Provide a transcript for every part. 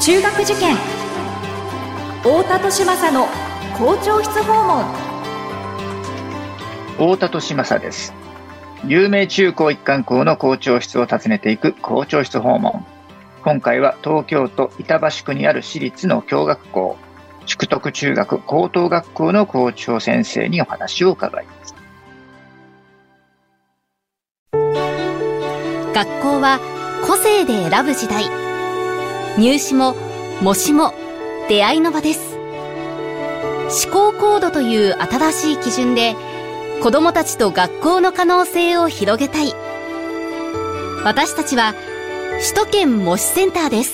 中学受験、太田利政の校長室訪問。 太田利政です。有名中高一貫校の校長室を訪ねていく校長室訪問。今回は東京都板橋区にある私立の共学校、淑徳中学高等学校の校長先生にお話を伺います。 学校は個性で選ぶ時代。入試も模試も出会いの場です。思考コードという新しい基準で子どもたちと学校の可能性を広げたい。私たちは首都圏模試センターです。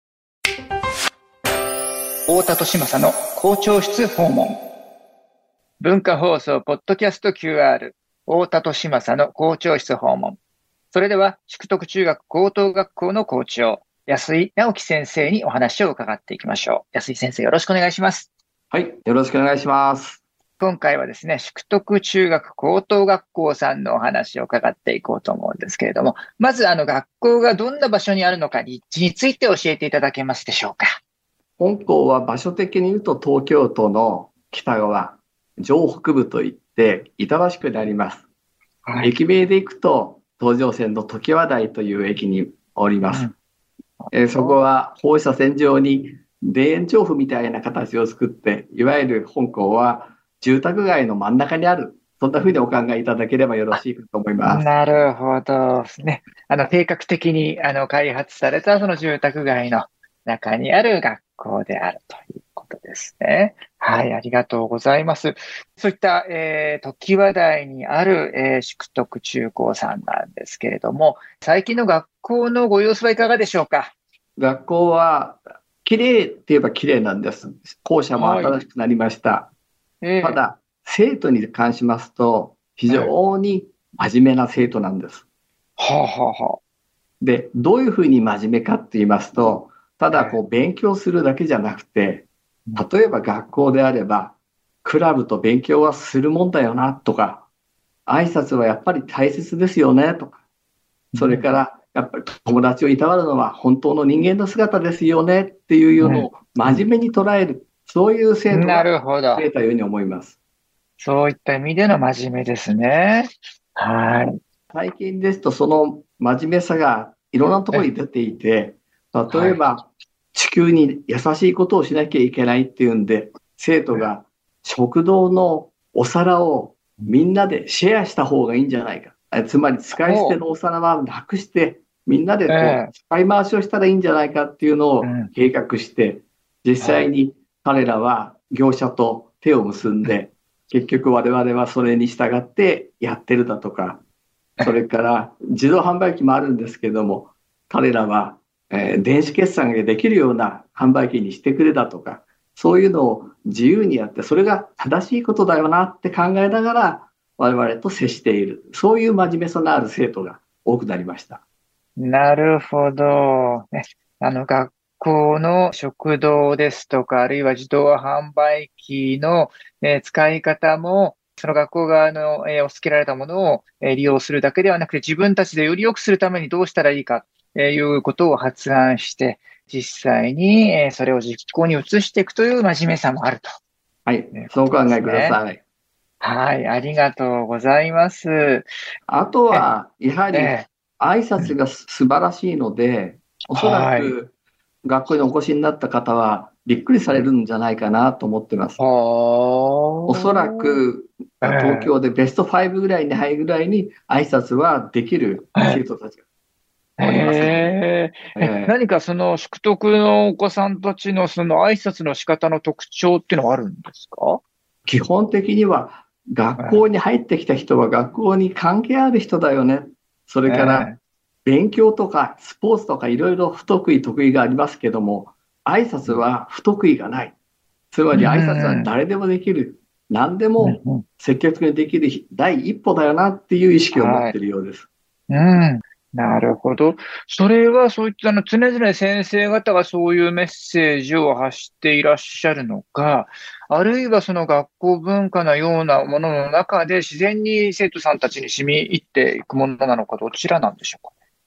太田利政の校長室訪問。文化放送ポッドキャスト QR 太田利政の校長室訪問。それでは淑徳中学高等学校の校長安井直樹先生にお話を伺っていきましょう。安井先生、よろしくお願いします。 はい、よろしくお願いします。 今回はですね、淑徳中学高等学校さんのお話を伺っていこうと思うんですけれども、まず学校がどんな場所にあるのか、立地について教えていただけますでしょうか。 本校は場所的に言うと東京都の北側、上北部といって板橋区であります。はい、駅名で行くと東上線の常盤台という駅におります。そこは放射線状に田園調布みたいな形を作って、いわゆる本校は住宅街の真ん中にある、そんな風にお考えいただければよろしいかと思います。 なるほどですね。計画的に開発されたその住宅街の中にある学校であるということですね。はい、ありがとうございます。そういった、常盤台にある、淑徳中高さんなんですけれども、最近の学校のご様子はいかがでしょうか。 学校は綺麗って言えば綺麗なんです。校舎も新しくなりました。ただ、生徒に関しますと、非常に真面目な生徒なんです。で、どういうふうに真面目かって言いますと、ただ勉強するだけじゃなくて、例えば学校であれば、クラブと勉強はするもんだよなとか、挨拶はやっぱり大切ですよねとか、それからやっぱり友達をいたわるのは本当の人間の姿ですよねっていうのを真面目に捉える、そういう生徒が増えたように思います。 そういった意味での真面目ですね。はい。 最近ですとその真面目さがいろんなところに出ていて、例えば地球に優しいことをしなきゃいけないっていうんで、生徒が食堂のお皿をみんなでシェアした方がいいんじゃないか。つまり使い捨てのお皿はなくして、みんなで使い回しをしたらいいんじゃないかっていうのを計画して、実際に彼らは業者と手を結んで、結局我々はそれに従ってやってるだとか、それから自動販売機もあるんですけども、彼らは電子決済ができるような販売機にしてくれだとか、そういうのを自由にやって、それが正しいことだよなって考えながら我々と接している、そういう真面目さのある生徒が多くなりました。 なるほど。学校の食堂ですとか、あるいは自動販売機の、使い方も、その学校側の、押し付けられたものを、利用するだけではなくて、自分たちでより良くするためにどうしたらいいか、いうことを発案して、実際に、それを実行に移していくという真面目さもあると。 はい、そうお考えください。 はい、ありがとうございます。 あとは、やはり挨拶が素晴らしいので、おそらく学校にお越しになった方はびっくりされるんじゃないかなと思ってます。おそらく東京でベスト5ぐらいに入るぐらいに挨拶はできる生徒たちがおります。 何かその淑徳のお子さんたちのその挨拶の仕方の特徴っていうのはあるんですか？ 基本的には学校に入ってきた人は学校に関係ある人だよね。それから勉強とかスポーツとかいろいろ不得意得意がありますけども、挨拶は不得意がない。つまり挨拶は誰でもできる。何でも積極的にできる第一歩だよなっていう意識を持っているようです。 なるほど。それはそういった常々先生方がそういうメッセージを発していらっしゃるのか、あるいはその学校文化のようなものの中で自然に生徒さんたちに染み入っていくものなのか、どちらなんでしょうか。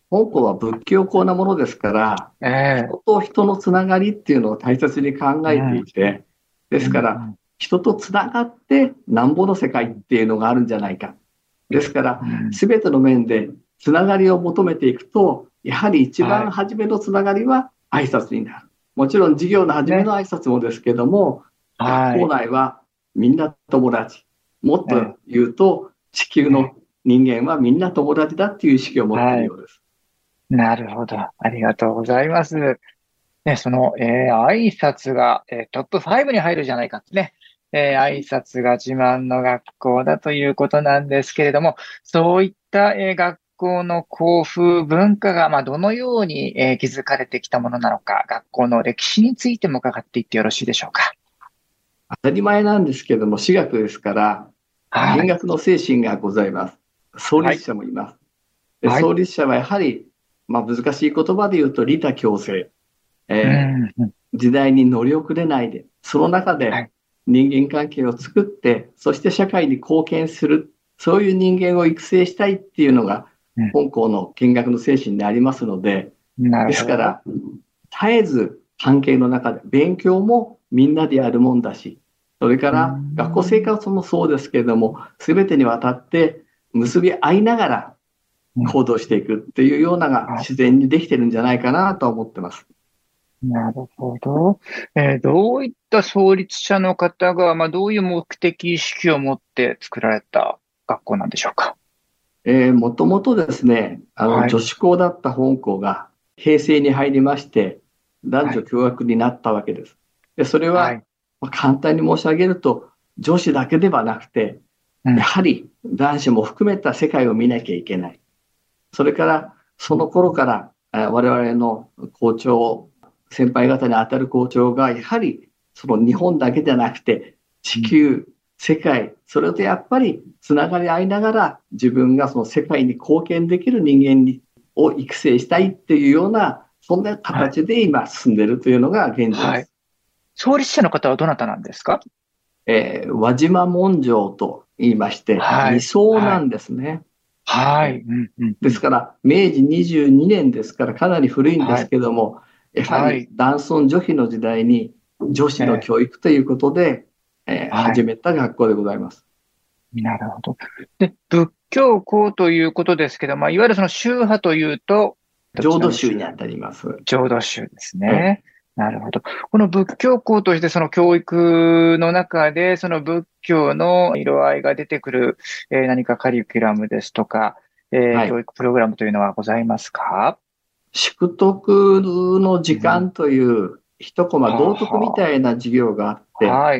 香港は仏教校なものですから、人と人のつながりっていうのを大切に考えていて、ですから、人とつながってなんぼの世界っていうのがあるんじゃないか。ですから、すべての面でつながりを求めていくと、やはり一番初めのつながりは挨拶になる。もちろん授業の初めの挨拶もですけども、学校内はみんな友達。もっと言うと、地球の人間はみんな友達だっていう意識を持っているようです。 なるほど。ありがとうございます。その、挨拶が、トップ5に入るじゃないかってね。挨拶が自慢の学校だということなんですけれども、そういった、学校の校風文化が、どのように、築かれてきたものなのか、学校の歴史についても伺っていってよろしいでしょうか。 当たり前なんですけども、私学ですから、勉学の精神がございます。創立者もいます。創立者はやはり、難しい言葉で言うと利他共生。時代に乗り遅れないで、その中で人間関係を作って、そして社会に貢献する、そういう人間を育成したいっていうのが、本校の見学の精神でありますので、ですから、絶えず関係の中で、勉強もみんなでやるもんだし、それから学校生活もそうですけれども、すべてにわたって結び合いながら行動していくっていうようなが自然にできてるんじゃないかなと思ってます。 なるほど。どういった創立者の方が、どういう目的意識を持って作られた学校なんでしょうか。 もともとですね、女子校だった本校が平成に入りまして、男女共学になったわけです。でそれは、簡単に申し上げると、女子だけではなくて、やはり男子も含めた世界を見なきゃいけない。それから、その頃から我々の校長、先輩方に当たる校長が、やはりその日本だけじゃなくて、地球、世界、それとやっぱりつながり合いながら、自分がその世界に貢献できる人間を育成したいっていうような、そんな形で今進んでいるというのが現状です。 創立者の方はどなたなんですか？ 輪島文章と言いまして、理想なんですね。ですから、明治22年ですから、かなり古いんですけども、やはり男尊女卑の時代に女子の教育ということで、始めた学校でございます。 なるほど。で、仏教校ということですけど、いわゆるその宗派というと、 浄土宗にあたります。 浄土宗ですね。なるほど。この仏教校としてその教育の中で、その仏教の色合いが出てくる、何かカリキュラムですとか、教育プログラムというのはございますか？ 淑徳の時間という一コマ道徳みたいな授業があって、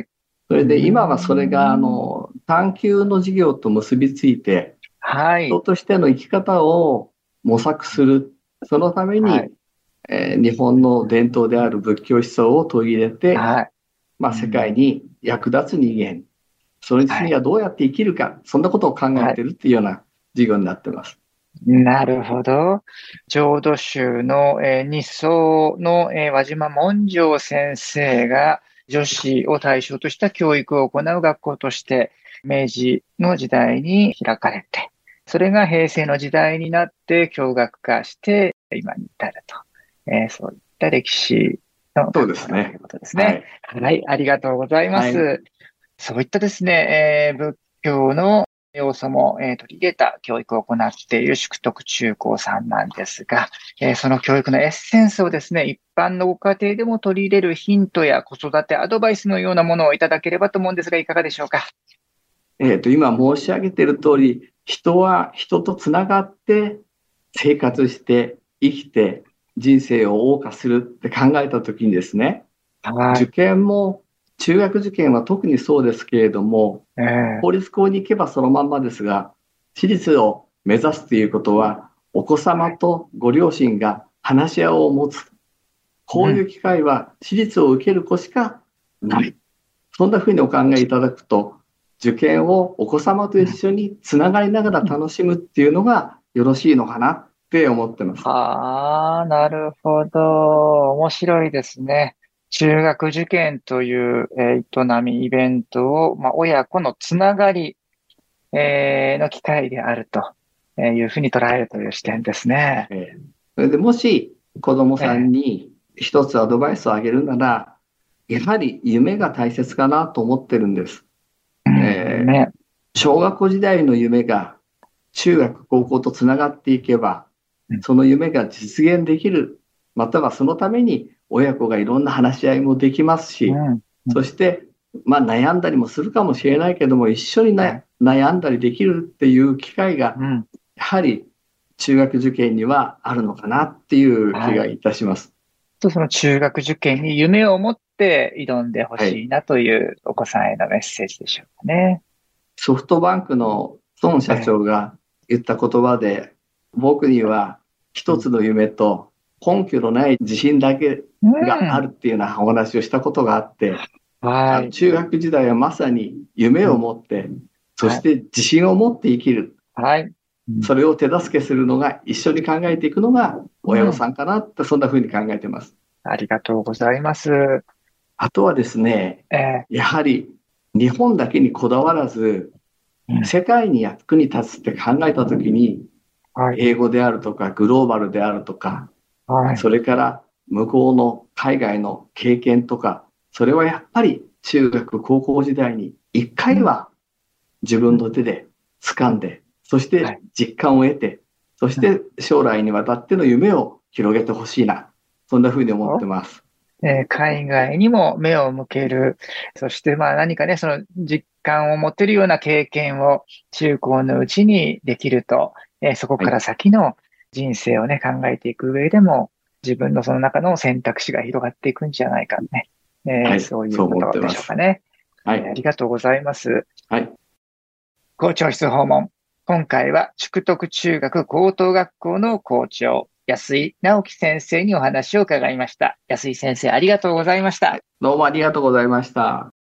それで今はそれが探究の授業と結びついて、人としての生き方を模索する。そのために、日本の伝統である仏教思想を取り入れて、世界に役立つ人間、そのにはどうやって生きるか、そんなことを考えているっていうような授業になっています。 なるほど。浄土宗の、日宗の、輪島文章先生が女子を対象とした教育を行う学校として明治の時代に開かれて、それが平成の時代になって共学化して今に至ると。そういった歴史のそうですね。 ということですね。はい、ありがとうございます。そういったですね、仏教の要素も、取り入れた教育を行っている淑徳中高さんなんですが、その教育のエッセンスをですね、一般のご家庭でも取り入れるヒントや子育てアドバイスのようなものをいただければと思うんですが、いかがでしょうか。 今申し上げている通り、人は人とつながって生活して生きて人生を謳歌するって考えたときにですね、受験も中学受験は特にそうですけれども、公立校に行けばそのまんまですが、私立を目指すということは、お子様とご両親が話し合おうを持つ。こういう機会は私立を受ける子しかない。そんなふうにお考えいただくと、受験をお子様と一緒につながりながら楽しむっていうのがよろしいのかなって思ってます。 なるほど。面白いですね。中学受験という、営み、イベントを、親子のつながり、の機会であるというふうに捉えるという視点ですね。 それでもし子供さんに一つアドバイスをあげるなら、やはり夢が大切かなと思ってるんです。 ね。 小学校時代の夢が中学、高校とつながっていけばうん、 その夢が実現できる、またはそのために親子がいろんな話し合いもできますし、そして、悩んだりもするかもしれないけども、一緒に悩んだりできるっていう機会が、やはり中学受験にはあるのかなっていう気がいたします。 その中学受験に夢を持って挑んでほしいなというお子さんへのメッセージでしょうかね。 ソフトバンクの孫社長が言った言葉で、僕には一つの夢と根拠のない自信だけがあるっていうようなお話をしたことがあって、中学時代はまさに夢を持って、そして自信を持って生きる。それを手助けするのが、一緒に考えていくのが親御さんかなって、そんな風に考えています。 ありがとうございます。 あとはですね、やはり日本だけにこだわらず、世界に役に立つって考えたときに、英語であるとかグローバルであるとか、それから向こうの海外の経験とか、それはやっぱり中学高校時代に一回は自分の手で掴んで、そして実感を得て、そして将来にわたっての夢を広げてほしいな、そんなふうに思ってます。 海外にも目を向ける、そして何かね、その実感を持てるような経験を中高のうちにできると、そこから先の人生をね、考えていく上でも、自分のその中の選択肢が広がっていくんじゃないかね。そういうことでしょうかね。ありがとうございます。校長室訪問。今回は淑徳中学高等学校の校長、安井直樹先生にお話を伺いました。安井先生、ありがとうございました。 どうもありがとうございました。